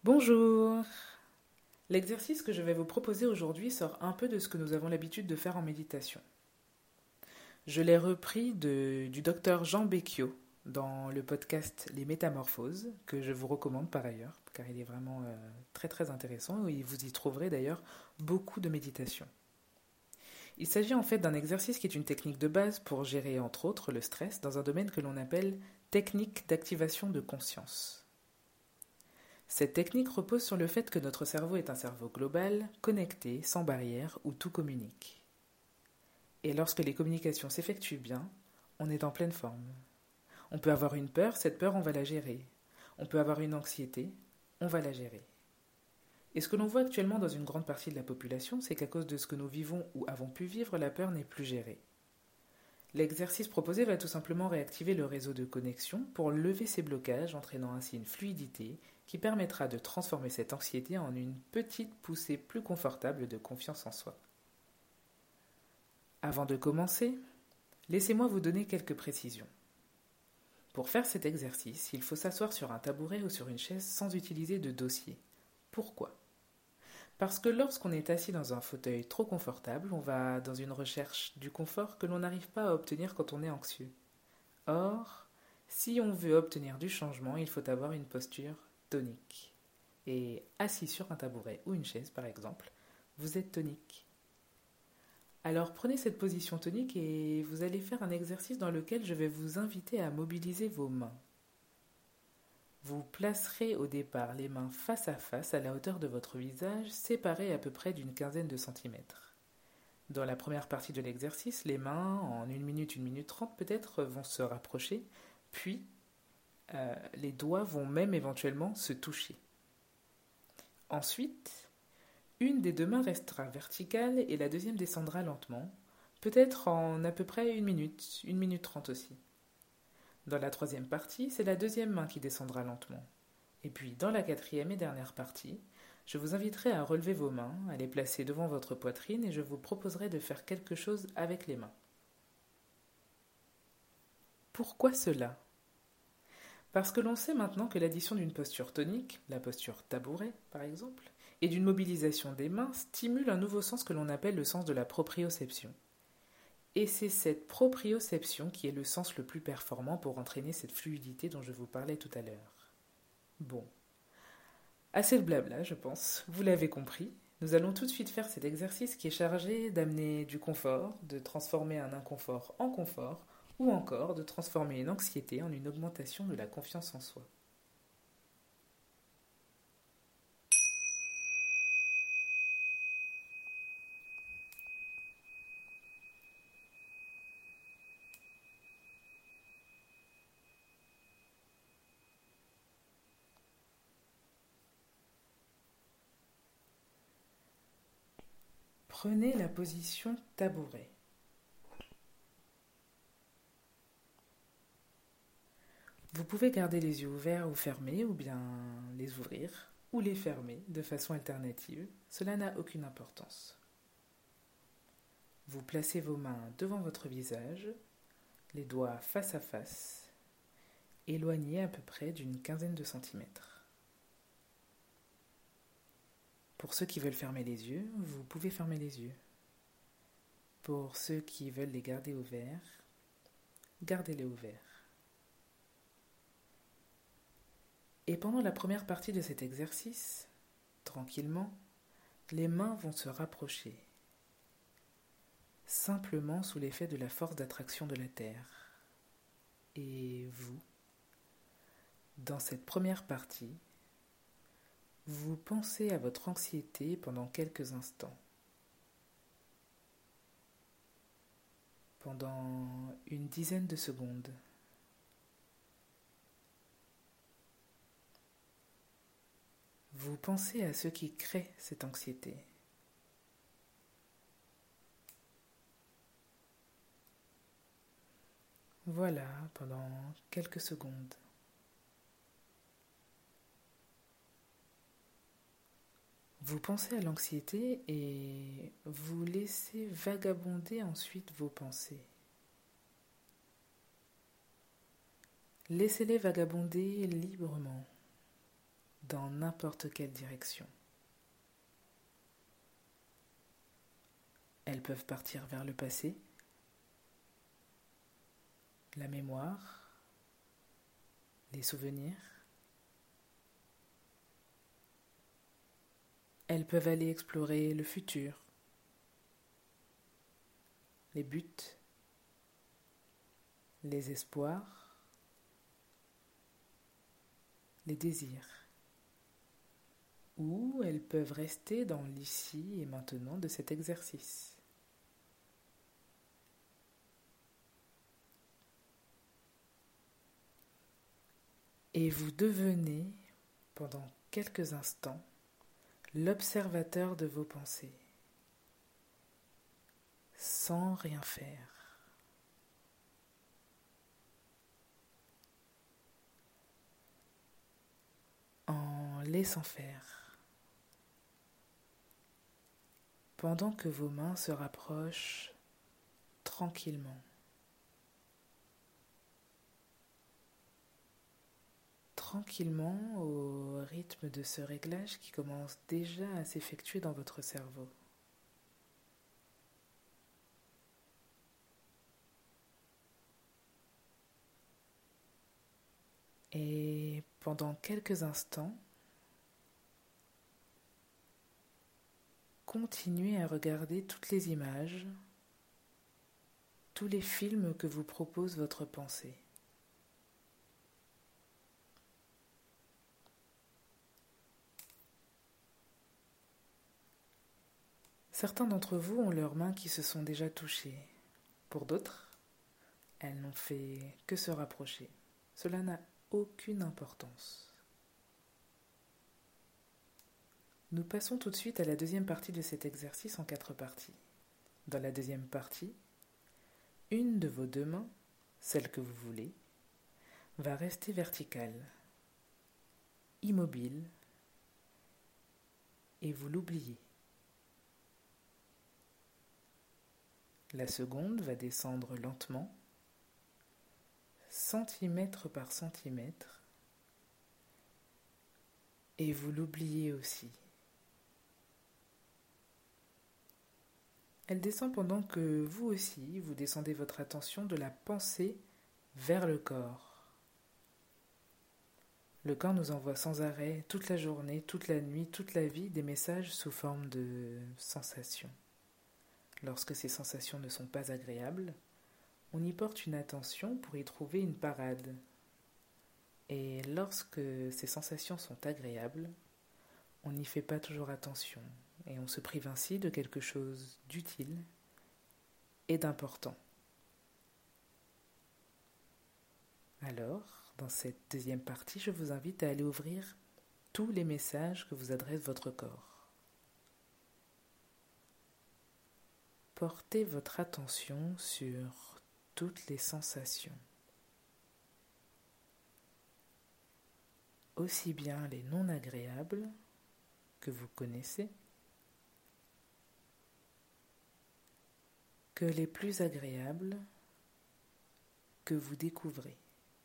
Bonjour! L'exercice que je vais vous proposer aujourd'hui sort un peu de ce que nous avons l'habitude de faire en méditation. Je l'ai repris du docteur Jean Becchiot dans le podcast Les Métamorphoses, que je vous recommande par ailleurs, car il est vraiment très très intéressant et vous y trouverez d'ailleurs beaucoup de méditation. Il s'agit en fait d'un exercice qui est une technique de base pour gérer entre autres le stress dans un domaine que l'on appelle technique d'activation de conscience. Cette technique repose sur le fait que notre cerveau est un cerveau global, connecté, sans barrière, où tout communique. Et lorsque les communications s'effectuent bien, on est en pleine forme. On peut avoir une peur, cette peur, on va la gérer. On peut avoir une anxiété, on va la gérer. Et ce que l'on voit actuellement dans une grande partie de la population, c'est qu'à cause de ce que nous vivons ou avons pu vivre, la peur n'est plus gérée. L'exercice proposé va tout simplement réactiver le réseau de connexion pour lever ces blocages, entraînant ainsi une fluidité qui permettra de transformer cette anxiété en une petite poussée plus confortable de confiance en soi. Avant de commencer, laissez-moi vous donner quelques précisions. Pour faire cet exercice, il faut s'asseoir sur un tabouret ou sur une chaise sans utiliser de dossier. Pourquoi ? Parce que lorsqu'on est assis dans un fauteuil trop confortable, on va dans une recherche du confort que l'on n'arrive pas à obtenir quand on est anxieux. Or, si on veut obtenir du changement, il faut avoir une posture tonique. Et assis sur un tabouret ou une chaise, par exemple, vous êtes tonique. Alors prenez cette position tonique et vous allez faire un exercice dans lequel je vais vous inviter à mobiliser vos mains. Vous placerez au départ les mains face à la hauteur de votre visage, séparées à peu près d'une quinzaine de centimètres. Dans la première partie de l'exercice, les mains, en 1 minute 30 peut-être, vont se rapprocher, puis les doigts vont même éventuellement se toucher. Ensuite, une des deux mains restera verticale et la deuxième descendra lentement, peut-être en à peu près 1 minute 30 aussi. Dans la troisième partie, c'est la deuxième main qui descendra lentement. Et puis, dans la quatrième et dernière partie, je vous inviterai à relever vos mains, à les placer devant votre poitrine et je vous proposerai de faire quelque chose avec les mains. Pourquoi cela ? Parce que l'on sait maintenant que l'addition d'une posture tonique, la posture tabouret par exemple, et d'une mobilisation des mains stimule un nouveau sens que l'on appelle le sens de la proprioception. Et c'est cette proprioception qui est le sens le plus performant pour entraîner cette fluidité dont je vous parlais tout à l'heure. Bon, assez de blabla, je pense, vous l'avez compris. Nous allons tout de suite faire cet exercice qui est chargé d'amener du confort, de transformer un inconfort en confort, ou encore de transformer une anxiété en une augmentation de la confiance en soi. Prenez la position tabouret. Vous pouvez garder les yeux ouverts ou fermés, ou bien les ouvrir, ou les fermer de façon alternative. Cela n'a aucune importance. Vous placez vos mains devant votre visage, les doigts face à face, éloignés à peu près d'une quinzaine de centimètres. Pour ceux qui veulent fermer les yeux, vous pouvez fermer les yeux. Pour ceux qui veulent les garder ouverts, gardez-les ouverts. Et pendant la première partie de cet exercice, tranquillement, les mains vont se rapprocher, simplement sous l'effet de la force d'attraction de la Terre. Et vous, dans cette première partie, vous pensez à votre anxiété pendant quelques instants. Pendant une dizaine de secondes. Vous pensez à ce qui crée cette anxiété. Voilà, pendant quelques secondes. Vous pensez à l'anxiété et vous laissez vagabonder ensuite vos pensées. Laissez-les vagabonder librement. dans n'importe quelle direction. Elles peuvent partir vers le passé, la mémoire, les souvenirs. Elles peuvent aller explorer le futur, les buts, les espoirs, les désirs. Ou elles peuvent rester dans l'ici et maintenant de cet exercice. Et vous devenez, pendant quelques instants, l'observateur de vos pensées, sans rien faire. En laissant faire. Pendant que vos mains se rapprochent tranquillement. Tranquillement au rythme de ce réglage qui commence déjà à s'effectuer dans votre cerveau. Et pendant quelques instants, continuez à regarder toutes les images, tous les films que vous propose votre pensée. Certains d'entre vous ont leurs mains qui se sont déjà touchées. Pour d'autres, elles n'ont fait que se rapprocher. Cela n'a aucune importance. Nous passons tout de suite à la deuxième partie de cet exercice en 4 parties. Dans la deuxième partie, une de vos 2 mains, celle que vous voulez, va rester verticale, immobile, et vous l'oubliez. La seconde va descendre lentement, centimètre par centimètre, et vous l'oubliez aussi. Elle descend pendant que vous aussi, vous descendez votre attention de la pensée vers le corps. Le corps nous envoie sans arrêt, toute la journée, toute la nuit, toute la vie, des messages sous forme de sensations. Lorsque ces sensations ne sont pas agréables, on y porte une attention pour y trouver une parade. Et lorsque ces sensations sont agréables, on n'y fait pas toujours attention et on se prive ainsi de quelque chose d'utile et d'important. Alors, dans cette deuxième partie, je vous invite à aller ouvrir tous les messages que vous adresse votre corps. Portez votre attention sur toutes les sensations, aussi bien les non agréables que vous connaissez que les plus agréables que vous découvrez.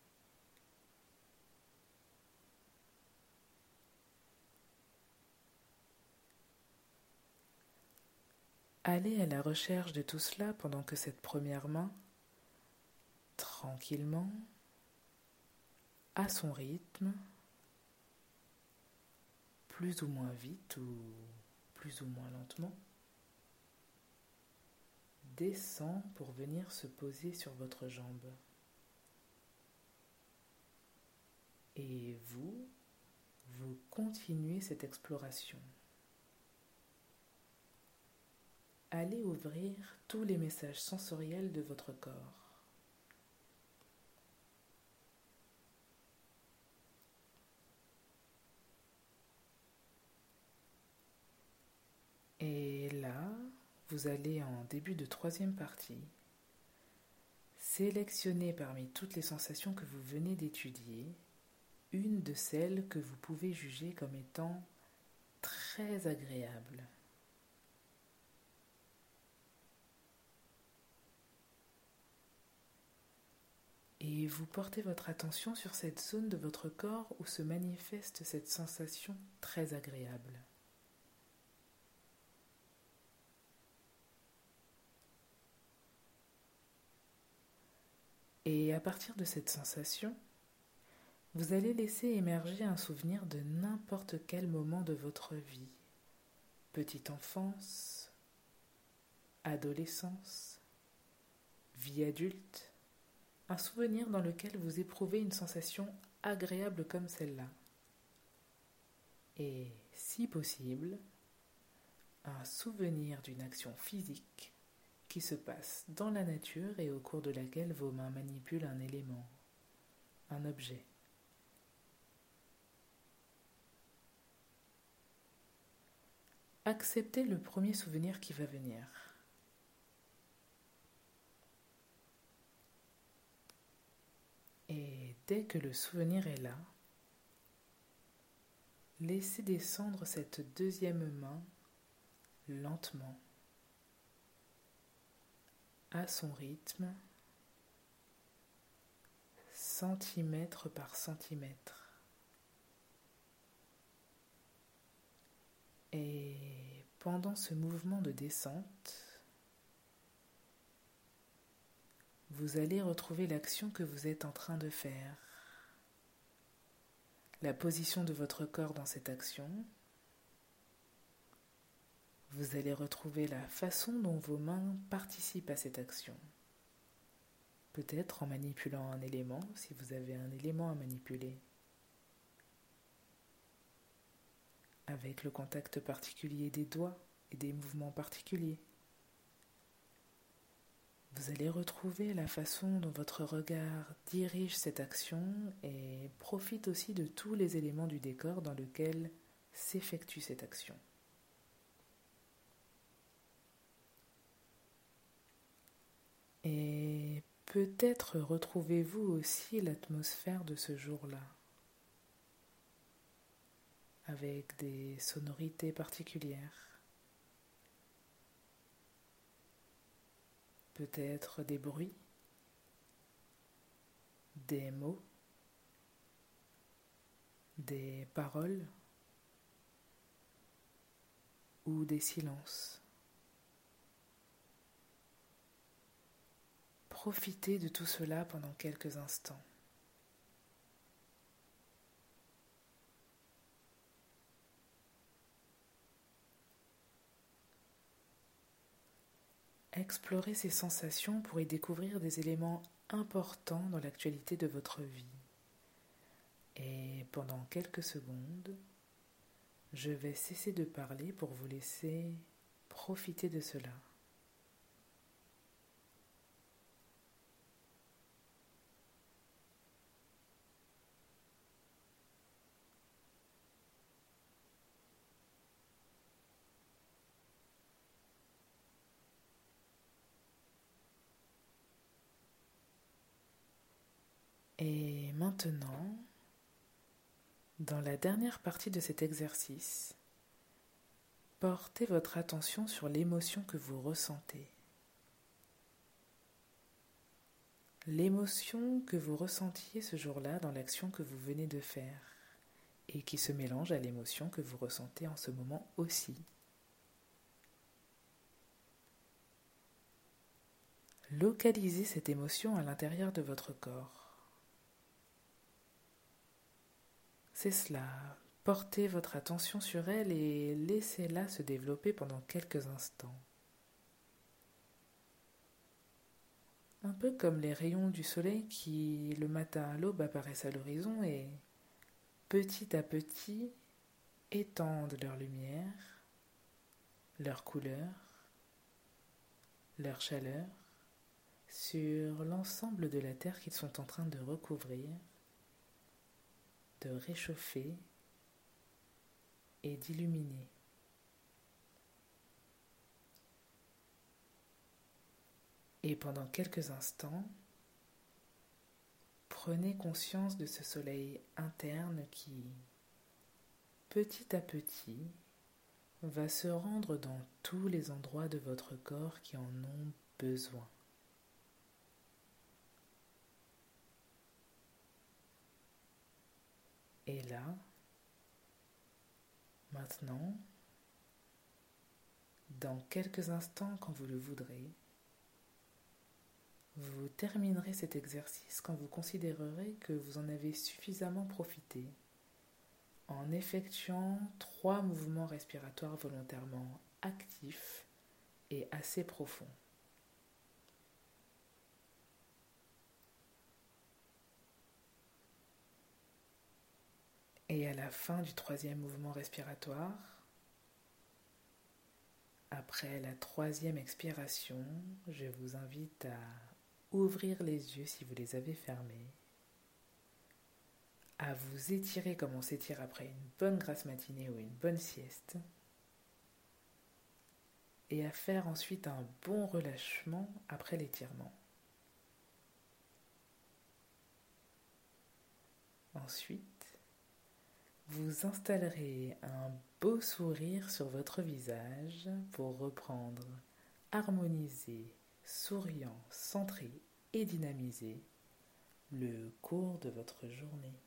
Allez à la recherche de tout cela pendant que cette première main, tranquillement, à son rythme, plus ou moins vite ou plus ou moins lentement, descend pour venir se poser sur votre jambe. Et vous continuez cette exploration. Allez ouvrir tous les messages sensoriels de votre corps. Et là, vous allez en début de 3e partie sélectionner parmi toutes les sensations que vous venez d'étudier une de celles que vous pouvez juger comme étant très agréable. Et vous portez votre attention sur cette zone de votre corps où se manifeste cette sensation très agréable. Et à partir de cette sensation, vous allez laisser émerger un souvenir de n'importe quel moment de votre vie. Petite enfance, adolescence, vie adulte, un souvenir dans lequel vous éprouvez une sensation agréable comme celle-là. Et, si possible, un souvenir d'une action physique qui se passe dans la nature et au cours de laquelle vos mains manipulent un élément, un objet. Acceptez le premier souvenir qui va venir. Et dès que le souvenir est là, laissez descendre cette deuxième main lentement, à son rythme, centimètre par centimètre. Et pendant ce mouvement de descente, vous allez retrouver l'action que vous êtes en train de faire, la position de votre corps dans cette action. Vous allez retrouver la façon dont vos mains participent à cette action. Peut-être en manipulant un élément, si vous avez un élément à manipuler. Avec le contact particulier des doigts et des mouvements particuliers. Vous allez retrouver la façon dont votre regard dirige cette action et profite aussi de tous les éléments du décor dans lequel s'effectue cette action. Et peut-être retrouvez-vous aussi l'atmosphère de ce jour-là, avec des sonorités particulières, peut-être des bruits, des mots, des paroles ou des silences. Profitez de tout cela pendant quelques instants. Explorez ces sensations pour y découvrir des éléments importants dans l'actualité de votre vie. Et pendant quelques secondes, je vais cesser de parler pour vous laisser profiter de cela. Et maintenant, dans la dernière partie de cet exercice, portez votre attention sur l'émotion que vous ressentez. L'émotion que vous ressentiez ce jour-là dans l'action que vous venez de faire et qui se mélange à l'émotion que vous ressentez en ce moment aussi. Localisez cette émotion à l'intérieur de votre corps. C'est cela. Portez votre attention sur elle et laissez-la se développer pendant quelques instants. Un peu comme les rayons du soleil qui, le matin à l'aube, apparaissent à l'horizon et, petit à petit, étendent leur lumière, leur couleur, leur chaleur sur l'ensemble de la terre qu'ils sont en train de recouvrir, de réchauffer et d'illuminer. Et pendant quelques instants, prenez conscience de ce soleil interne qui, petit à petit, va se rendre dans tous les endroits de votre corps qui en ont besoin. Et là, maintenant, dans quelques instants quand vous le voudrez, vous terminerez cet exercice quand vous considérerez que vous en avez suffisamment profité en effectuant 3 mouvements respiratoires volontairement actifs et assez profonds. Et à la fin du 3e mouvement respiratoire, après la 3e expiration, je vous invite à ouvrir les yeux si vous les avez fermés, à vous étirer comme on s'étire après une bonne grasse matinée ou une bonne sieste, et à faire ensuite un bon relâchement après l'étirement. Ensuite, vous installerez un beau sourire sur votre visage pour reprendre harmonisé, souriant, centré et dynamisé le cours de votre journée.